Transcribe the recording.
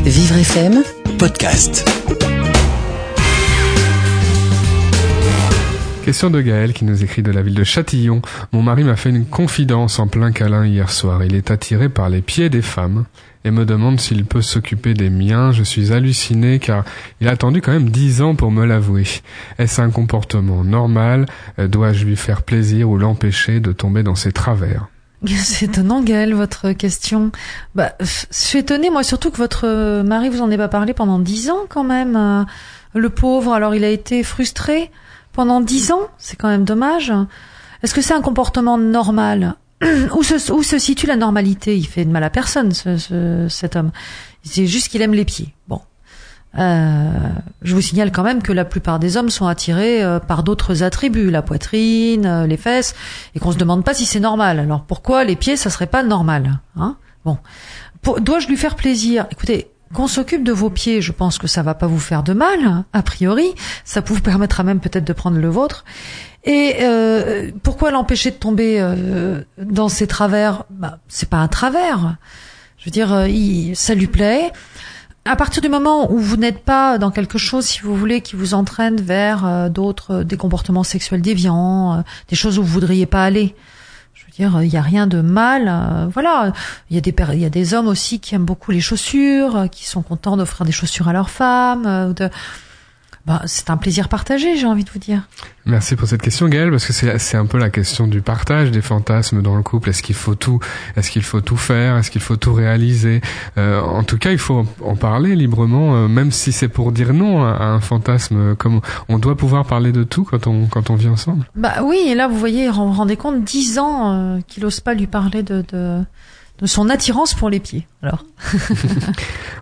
Vivre FM podcast. Question de Gaël qui nous écrit de la ville de Châtillon. Mon mari m'a fait une confidence en plein câlin hier soir. Il est attiré par les pieds des femmes et me demande s'il peut s'occuper des miens. Je suis halluciné car il a attendu quand même 10 ans pour me l'avouer. Est-ce un comportement normal? Dois-je lui faire plaisir ou l'empêcher de tomber dans ses travers? C'est étonnant, Gaël, votre question. Je suis étonnée, moi, surtout que votre mari vous en ait pas parlé pendant 10 ans, quand même. Le pauvre, alors il a été frustré pendant 10 ans. C'est quand même dommage. Est-ce que c'est un comportement normal? Où se situe la normalité? Il fait de mal à personne, cet homme. C'est juste qu'il aime les pieds. Bon. Je vous signale quand même que la plupart des hommes sont attirés par d'autres attributs, la poitrine, les fesses, et qu'on se demande pas si c'est normal. Alors pourquoi les pieds, ça serait pas normal, hein? Bon, dois-je lui faire plaisir? Écoutez, qu'on s'occupe de vos pieds, je pense que ça va pas vous faire de mal, hein, a priori. Ça vous permettra même peut-être de prendre le vôtre. Et pourquoi l'empêcher de tomber dans ses travers? C'est pas un travers. Je veux dire, ça lui plaît. À partir du moment où vous n'êtes pas dans quelque chose, si vous voulez, qui vous entraîne vers des comportements sexuels déviants, des choses où vous voudriez pas aller. Je veux dire, il y a rien de mal. Voilà, il y a des hommes aussi qui aiment beaucoup les chaussures, qui sont contents d'offrir des chaussures à leurs femmes. C'est un plaisir partagé, j'ai envie de vous dire. Merci pour cette question, Gaël, parce que c'est un peu la question du partage des fantasmes dans le couple. Est-ce qu'il faut tout faire? Est-ce qu'il faut tout réaliser? En tout cas, il faut en parler librement, même si c'est pour dire non à un fantasme. Comme on doit pouvoir parler de tout quand on vit ensemble. Oui, et là, vous voyez, vous vous rendez compte, 10 ans qu'il n'ose pas lui parler de son attirance pour les pieds. Alors.